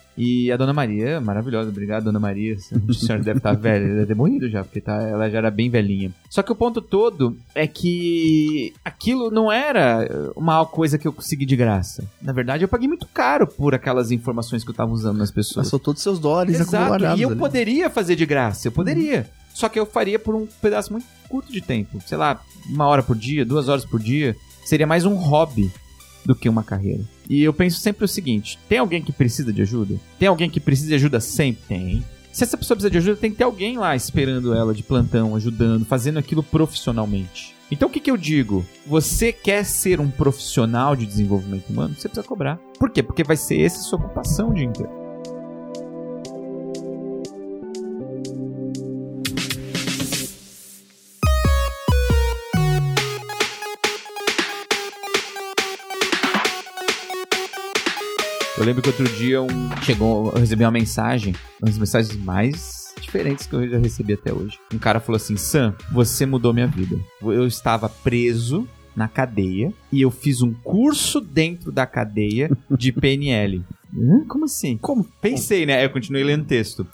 E a Dona Maria, maravilhosa, obrigado, Dona Maria. A senhora deve estar velha, ela deve ter morrido já, porque ela já era bem velhinha. Só que o ponto todo é que aquilo não era uma coisa que eu consegui de graça. Na verdade, eu paguei muito caro por aquelas informações que eu tava usando nas pessoas. Passou todos os seus dólares acumulados. E eu poderia fazer de graça, eu poderia. Só que eu faria por um pedaço muito curto de tempo. Sei lá, 1 hora por dia, 2 horas por dia. Seria mais um hobby do que uma carreira. E eu penso sempre o seguinte, tem alguém que precisa de ajuda? Tem alguém que precisa de ajuda sempre? Tem. Se essa pessoa precisa de ajuda, tem que ter alguém lá esperando ela de plantão, ajudando, fazendo aquilo profissionalmente. Então o que eu digo? Você quer ser um profissional de desenvolvimento humano? Você precisa cobrar. Por quê? Porque vai ser essa a sua ocupação o dia inteiro. Eu lembro que outro dia eu recebi uma mensagem, uma das mensagens mais diferentes que eu já recebi até hoje. Um cara falou assim, Sam, você mudou minha vida. Eu estava preso na cadeia e eu fiz um curso dentro da cadeia de PNL. Como assim? Como? Pensei, né? Eu continuei lendo o texto.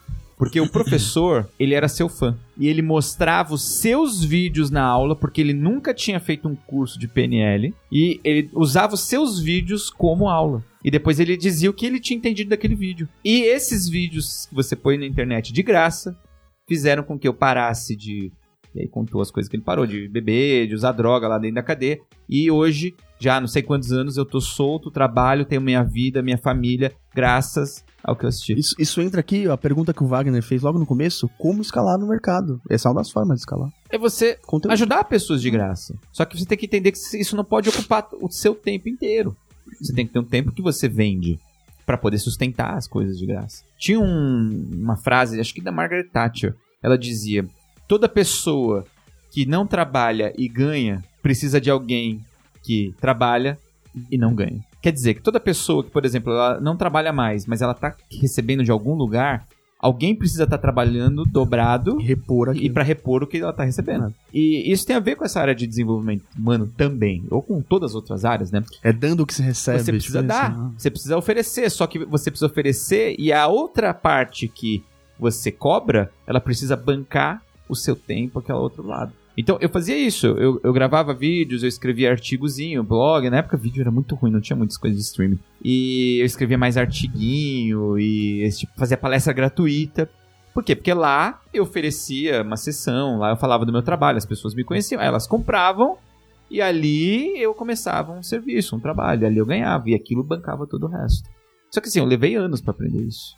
Porque o professor, ele era seu fã. E ele mostrava os seus vídeos na aula, porque ele nunca tinha feito um curso de PNL. E ele usava os seus vídeos como aula. E depois ele dizia o que ele tinha entendido daquele vídeo. E esses vídeos que você põe na internet de graça, fizeram com que eu parasse de... E aí contou as coisas que ele parou, de beber, de usar droga lá dentro da cadeia. E hoje, já não sei quantos anos, eu tô solto, trabalho, tenho minha vida, minha família, graças ao que eu assisti. Isso entra aqui, a pergunta que o Wagner fez logo no começo, como escalar no mercado. Essa é uma das formas de escalar. É você ajudar pessoas de graça. Só que você tem que entender que isso não pode ocupar o seu tempo inteiro. Você tem que ter um tempo que você vende para poder sustentar as coisas de graça. Tinha uma frase, acho que da Margaret Thatcher, ela dizia... Toda pessoa que não trabalha e ganha precisa de alguém que trabalha e não ganha. Quer dizer que toda pessoa que, por exemplo, ela não trabalha mais, mas ela está recebendo de algum lugar, alguém precisa estar trabalhando dobrado e para repor o que ela está recebendo. E isso tem a ver com essa área de desenvolvimento humano também, ou com todas as outras áreas, né? É dando o que se recebe. Você precisa dar, você precisa oferecer, só que você precisa oferecer e a outra parte que você cobra, ela precisa bancar o seu tempo, aquele outro lado. Então, eu fazia isso. Eu gravava vídeos, eu escrevia artigozinho, blog. Na época, vídeo era muito ruim, não tinha muitas coisas de streaming. E eu escrevia mais artiguinho e fazia palestra gratuita. Por quê? Porque lá eu oferecia uma sessão, lá eu falava do meu trabalho, as pessoas me conheciam, elas compravam e ali eu começava um serviço, um trabalho, ali eu ganhava e aquilo bancava todo o resto. Só que assim, eu levei anos pra aprender isso.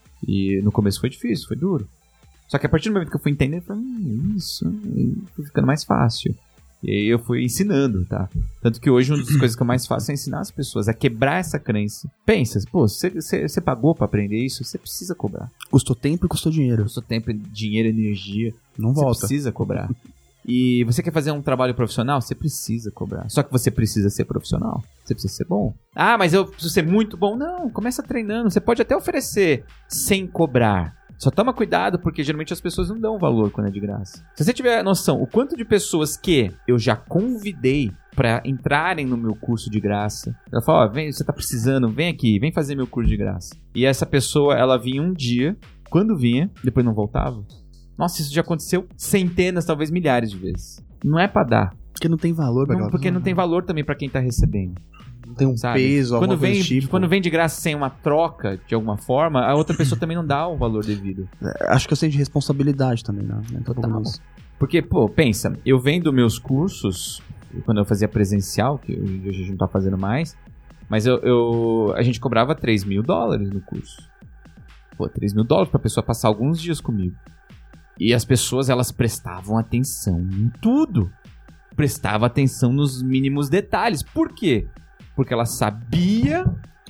E no começo foi difícil, foi duro. Só que a partir do momento que eu fui entendendo, eu falei, isso, foi ficando mais fácil. E aí eu fui ensinando, tá? Tanto que hoje uma das coisas que eu mais faço é ensinar as pessoas a quebrar essa crença. Pensa, pô, você pagou pra aprender isso, você precisa cobrar. Custou tempo e custou dinheiro. Custou tempo, dinheiro, energia. Não volta. Você precisa cobrar. E você quer fazer um trabalho profissional? Você precisa cobrar. Só que você precisa ser profissional. Você precisa ser bom. Ah, mas eu preciso ser muito bom. Não, começa treinando. Você pode até oferecer sem cobrar. Só toma cuidado, porque geralmente as pessoas não dão valor quando é de graça. Se você tiver noção, o quanto de pessoas que eu já convidei pra entrarem no meu curso de graça, ela fala, ó, vem, você tá precisando, vem aqui, vem fazer meu curso de graça. E essa pessoa, ela vinha um dia, quando vinha, depois não voltava. Nossa, isso já aconteceu centenas, talvez milhares de vezes. Não é pra dar. Porque não tem valor pra porque não tem valor também pra quem tá recebendo. Não tem um peso, alguma coisa do tipo. Quando vem de graça sem uma troca, de alguma forma, a outra pessoa também não dá o valor devido. Acho que eu sei de responsabilidade também, né? Total. Porque, pô, pensa, eu vendo meus cursos, quando eu fazia presencial, que hoje a gente não tá fazendo mais, mas a gente cobrava $3.000 no curso. Pô, $3.000 pra pessoa passar alguns dias comigo. E as pessoas, elas prestavam atenção em tudo. Prestava atenção nos mínimos detalhes. Por quê? Porque ela sabia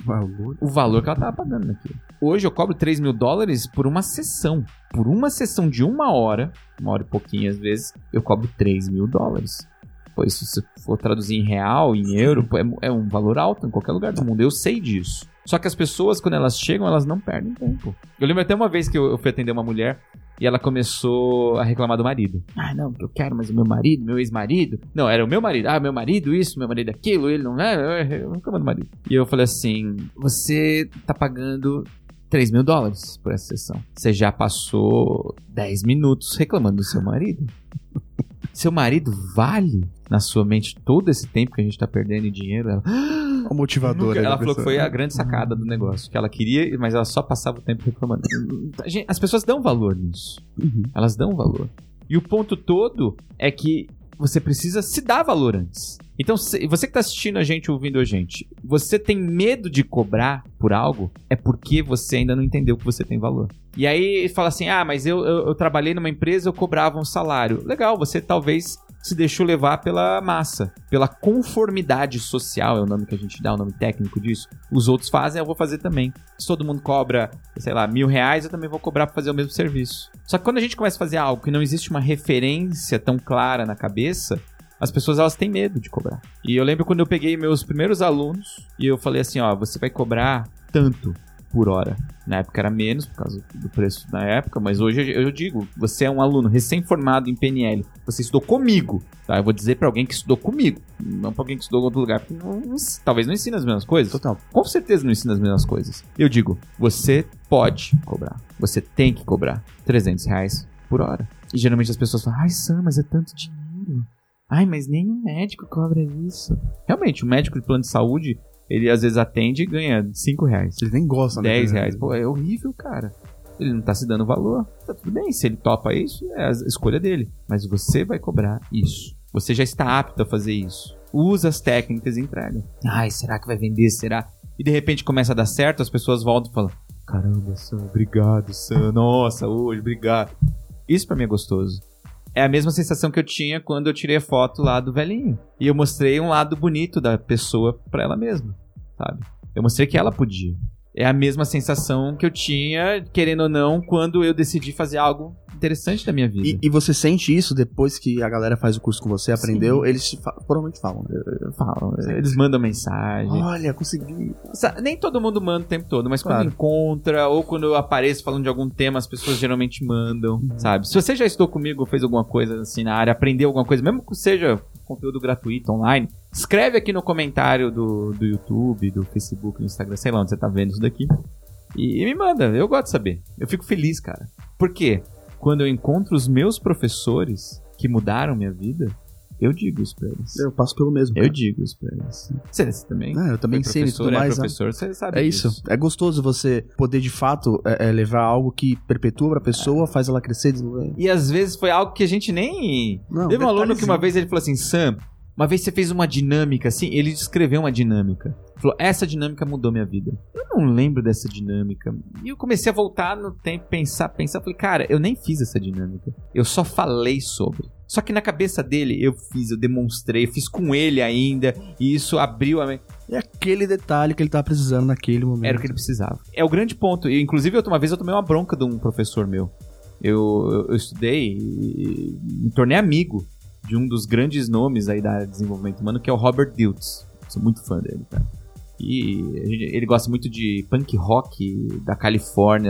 o valor que ela estava pagando naquilo. Hoje eu cobro $3.000 por uma sessão. Por uma sessão de 1 hora, 1 hora e pouquinho às vezes, eu cobro $3.000. Pô, isso se for traduzir em real, em euro, pô, é um valor alto em qualquer lugar do mundo. Eu sei disso. Só que as pessoas, quando elas chegam, elas não perdem tempo. Eu lembro até uma vez que eu fui atender uma mulher e ela começou a reclamar do marido. Ah, não, eu quero, mas o meu marido, meu ex-marido... Não, era o meu marido. Ah, meu marido isso, meu marido aquilo, ele não é... Eu reclamo do marido. E eu falei assim, você tá pagando $3.000 por essa sessão. Você já passou 10 minutos reclamando do seu marido. Seu marido vale na sua mente todo esse tempo que a gente tá perdendo em dinheiro? Ela... O motivador. Ela falou que foi a grande sacada do negócio. Que ela queria, mas ela só passava o tempo reclamando. As pessoas dão valor nisso. Elas dão valor. E o ponto todo é que você precisa se dar valor antes. Então, você que tá assistindo a gente, ouvindo a gente, você tem medo de cobrar por algo, é porque você ainda não entendeu que você tem valor. E aí fala assim, ah, mas eu trabalhei numa empresa, eu cobrava um salário. Legal, você talvez se deixou levar pela massa, pela conformidade social, é o nome que a gente dá, o nome técnico disso. Os outros fazem, eu vou fazer também. Se todo mundo cobra, sei lá, R$1.000, eu também vou cobrar pra fazer o mesmo serviço. Só que quando a gente começa a fazer algo que não existe uma referência tão clara na cabeça, as pessoas, elas têm medo de cobrar. E eu lembro quando eu peguei meus primeiros alunos e eu falei assim, ó, você vai cobrar tanto. por hora. Na época era menos, por causa do preço da época, mas hoje eu digo, você é um aluno recém-formado em PNL, você estudou comigo, tá? Eu vou dizer pra alguém que estudou comigo, não pra alguém que estudou em outro lugar, porque talvez não ensine as mesmas coisas. Total. Com certeza não ensina as mesmas coisas. Eu digo, você pode cobrar, você tem que cobrar R$300 por hora. E geralmente as pessoas falam, ai Sam, mas é tanto dinheiro. Ai, mas nem um médico cobra isso. Realmente, o médico de plano de saúde, ele às vezes atende e ganha R$5. Ele nem gosta, né? R$10. Pô, é horrível, cara. Ele não tá se dando valor. Tá tudo bem, se ele topa isso, é a escolha dele. Mas você vai cobrar isso. Você já está apto a fazer isso. Usa as técnicas e entrega. Ai, será que vai vender? Será? E de repente começa a dar certo, as pessoas voltam e falam, caramba, Sam, obrigado, Sam. Nossa, hoje, obrigado. Isso pra mim é gostoso. É a mesma sensação que eu tinha quando eu tirei a foto lá do velhinho. E eu mostrei um lado bonito da pessoa pra ela mesma, sabe? Eu mostrei que ela podia. É a mesma sensação que eu tinha, querendo ou não, quando eu decidi fazer algo interessante da minha vida. E você sente isso depois que a galera faz o curso com você, aprendeu? Sim. Eles provavelmente falam. Eles mandam mensagem. Olha, consegui. Nem todo mundo manda o tempo todo, mas Claro. quando encontra, ou quando eu apareço falando de algum tema, as pessoas geralmente mandam, sabe? Se você já estudou comigo, fez alguma coisa assim na área, aprendeu alguma coisa, mesmo que seja conteúdo gratuito, online, escreve aqui no comentário do YouTube, do Facebook, do Instagram, sei lá onde você tá vendo isso daqui, e me manda, eu gosto de saber. Eu fico feliz, cara. Por quê? Quando eu encontro os meus professores que mudaram minha vida, eu digo isso pra eles. Eu passo pelo mesmo. Eu digo isso pra eles. Você também? Eu também Foi sei e professor, tudo mais. professor, você sabe É disso. isso. É gostoso você poder, de fato, levar algo que perpetua pra pessoa, faz ela crescer, desenvolver. E às vezes foi algo que a gente nem... Não, Teve um aluno que detalhezinho. uma vez ele falou assim, Sam, uma vez você fez uma dinâmica assim, ele descreveu uma dinâmica. Falou, essa dinâmica mudou minha vida. Eu não lembro dessa dinâmica. E eu comecei a voltar no tempo, pensar. Falei, cara, eu nem fiz essa dinâmica. Eu só falei sobre. Só que na cabeça dele eu fiz, eu demonstrei, eu fiz com ele ainda. E isso abriu a... É aquele detalhe que ele tava precisando naquele momento. Era o que ele precisava. É o grande ponto. E, inclusive, uma vez eu tomei uma bronca de um professor meu. Eu estudei e me tornei amigo de um dos grandes nomes aí da área de desenvolvimento humano, que é o Robert Dilts. Sou muito fã dele, cara. E ele gosta muito de punk rock da Califórnia.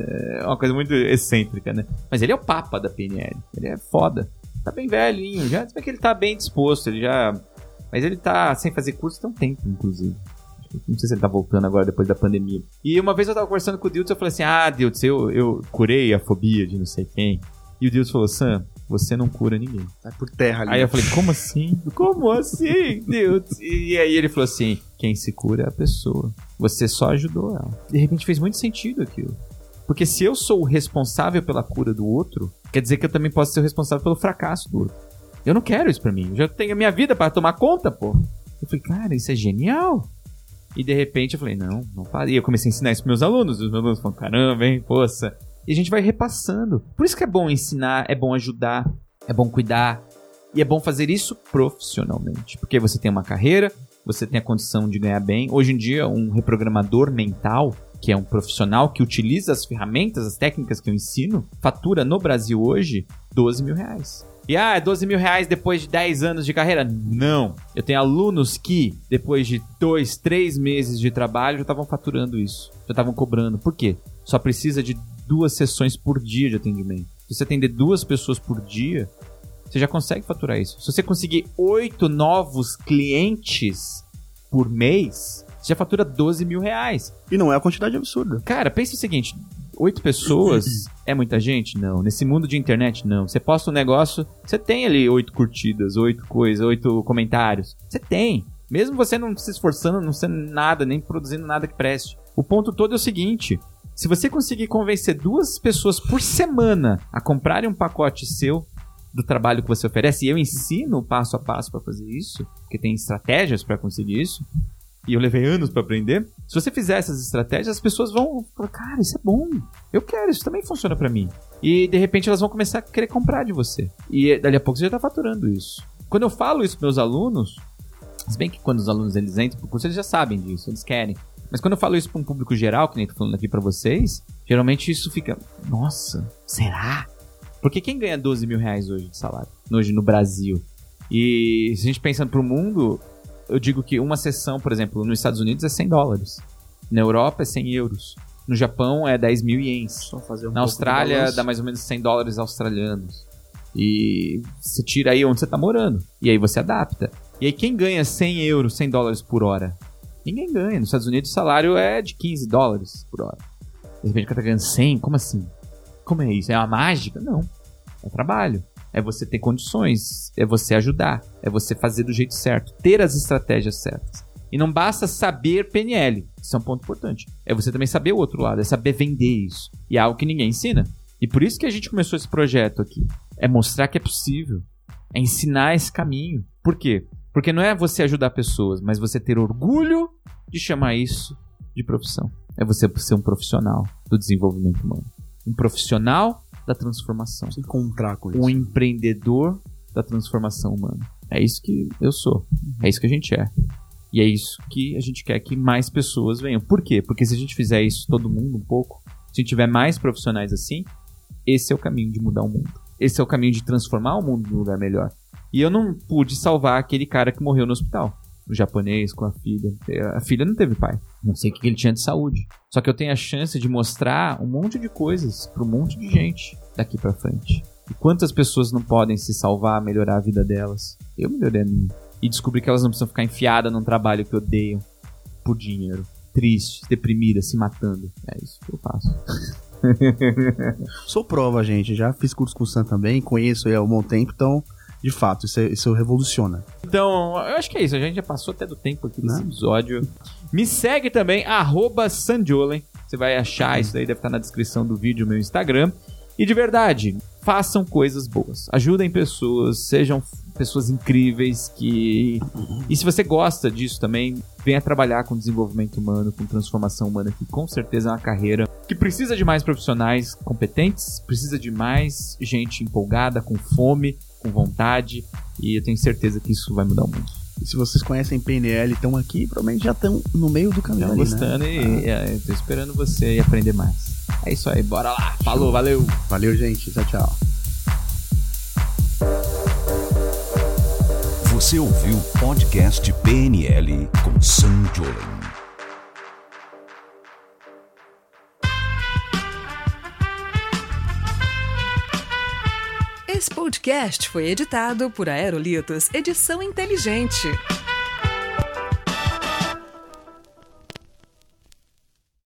É uma coisa muito excêntrica, né? Mas ele é o papa da PNL. Ele é foda. Tá bem velhinho já. Se bem que ele tá bem disposto, ele já... Mas ele tá sem fazer curso tem um tempo, inclusive. Não sei se ele tá voltando agora, depois da pandemia. E uma vez eu tava conversando com o Dilts, eu falei assim, Dilts, eu curei a fobia de não sei quem. E o Dilts falou, Sam, você não cura ninguém. Tá por terra ali. Aí eu falei, como assim? Como assim, Dilts? E aí ele falou assim, quem se cura é a pessoa. Você só ajudou ela. De repente fez muito sentido aquilo. Porque se eu sou o responsável pela cura do outro, quer dizer que eu também posso ser o responsável pelo fracasso do outro. Eu não quero isso pra mim. Eu já tenho a minha vida pra tomar conta, pô. Eu falei, cara, isso é genial. E de repente eu falei, não para. E eu comecei a ensinar isso pros meus alunos. Os meus alunos falaram, caramba, hein, poça. E a gente vai repassando. Por isso que é bom ensinar, é bom ajudar, é bom cuidar. E é bom fazer isso profissionalmente. Porque você tem uma carreira, você tem a condição de ganhar bem. Hoje em dia, um reprogramador mental, que é um profissional que utiliza as ferramentas, as técnicas que eu ensino, fatura no Brasil hoje R$12 mil. E é 12 mil reais depois de 10 anos de carreira? Não. Eu tenho alunos que, depois de 2, 3 meses de trabalho, já estavam faturando isso. Já estavam cobrando. Por quê? Só precisa de 2 sessões por dia de atendimento. Se você atender 2 pessoas por dia, você já consegue faturar isso. Se você conseguir 8 novos clientes por mês, você já fatura R$12 mil. E não é uma quantidade absurda. Cara, pensa o seguinte... 8 pessoas é muita gente? Não. Nesse mundo de internet, não. Você posta um negócio, você tem ali 8 curtidas, 8 coisas, 8 comentários. Você tem. Mesmo você não se esforçando, não sendo nada, nem produzindo nada que preste. O ponto todo é o seguinte. Se você conseguir convencer 2 pessoas por semana a comprarem um pacote seu do trabalho que você oferece, e eu ensino passo a passo para fazer isso, porque tem estratégias para conseguir isso, e eu levei anos pra aprender. Se você fizer essas estratégias, as pessoas vão falar, cara, isso é bom, eu quero, isso também funciona pra mim. E de repente elas vão começar a querer comprar de você. E dali a pouco você já tá faturando isso. Quando eu falo isso pros meus alunos, se bem que quando os alunos eles entram pro curso, eles já sabem disso, eles querem. Mas quando eu falo isso pra um público geral, que nem tô falando aqui pra vocês, geralmente isso fica, nossa, será? Porque quem ganha R$12 mil hoje de salário? Hoje no Brasil. E se a gente pensa pro mundo... Eu digo que uma sessão, por exemplo, nos Estados Unidos é $100. Na Europa é 100 euros. No Japão é 10 mil ienes. Só fazer Na Austrália dá mais ou menos 100 dólares australianos. E você tira aí onde você tá morando. E aí você adapta. E aí quem ganha 100 euros, 100 dólares por hora? Ninguém ganha. Nos Estados Unidos o salário é de 15 dólares por hora. De repente o cara tá ganhando 100? Como assim? Como é isso? É uma mágica? Não. É trabalho. É você ter condições. É você ajudar. É você fazer do jeito certo. Ter as estratégias certas. E não basta saber PNL. Isso é um ponto importante. É você também saber o outro lado. É saber vender isso. E é algo que ninguém ensina. E por isso que a gente começou esse projeto aqui. É mostrar que é possível. É ensinar esse caminho. Por quê? Porque não é você ajudar pessoas, mas você ter orgulho de chamar isso de profissão. É você ser um profissional do desenvolvimento humano. Um profissional da transformação. Se encontrar com isso. Um empreendedor da transformação humana. É isso que eu sou. É isso que a gente é. E é isso que a gente quer que mais pessoas venham. Por quê? Porque se a gente fizer isso todo mundo um pouco, se a gente tiver mais profissionais assim, esse é o caminho de mudar o mundo. Esse é o caminho de transformar o mundo num lugar melhor. E eu não pude salvar aquele cara que morreu no hospital. O japonês com a filha. A filha não teve pai. Não sei o que ele tinha de saúde. Só que eu tenho a chance de mostrar um monte de coisas para um monte de gente daqui pra frente. E quantas pessoas não podem se salvar, melhorar a vida delas? Eu melhorei a minha. E descobri que elas não precisam ficar enfiadas num trabalho que odeiam por dinheiro. Tristes, deprimidas, se matando. É isso que eu faço. Sou prova, gente. Já fiz curso com o Sam também. Conheço ele há um bom tempo. Então, de fato, isso revoluciona. Então, eu acho que é isso. A gente já passou até do tempo aqui nesse episódio. Me segue também, @Sandjolen. Você vai achar isso daí, deve estar na descrição do vídeo, meu Instagram. E de verdade, façam coisas boas. Ajudem pessoas, sejam pessoas incríveis que... E se você gosta disso também, venha trabalhar com desenvolvimento humano, com transformação humana, que com certeza é uma carreira que precisa de mais profissionais competentes, precisa de mais gente empolgada, com fome, com vontade, e eu tenho certeza que isso vai mudar o mundo. E se vocês conhecem PNL e estão aqui, provavelmente já estão no meio do caminho ali, gostando, né? E tô esperando você aprender mais. É isso aí, bora lá. Falou, valeu. Valeu, gente. Tchau, tchau. Você ouviu o podcast PNL com Sandjolen. Esse podcast foi editado por Aerolitos Edição Inteligente.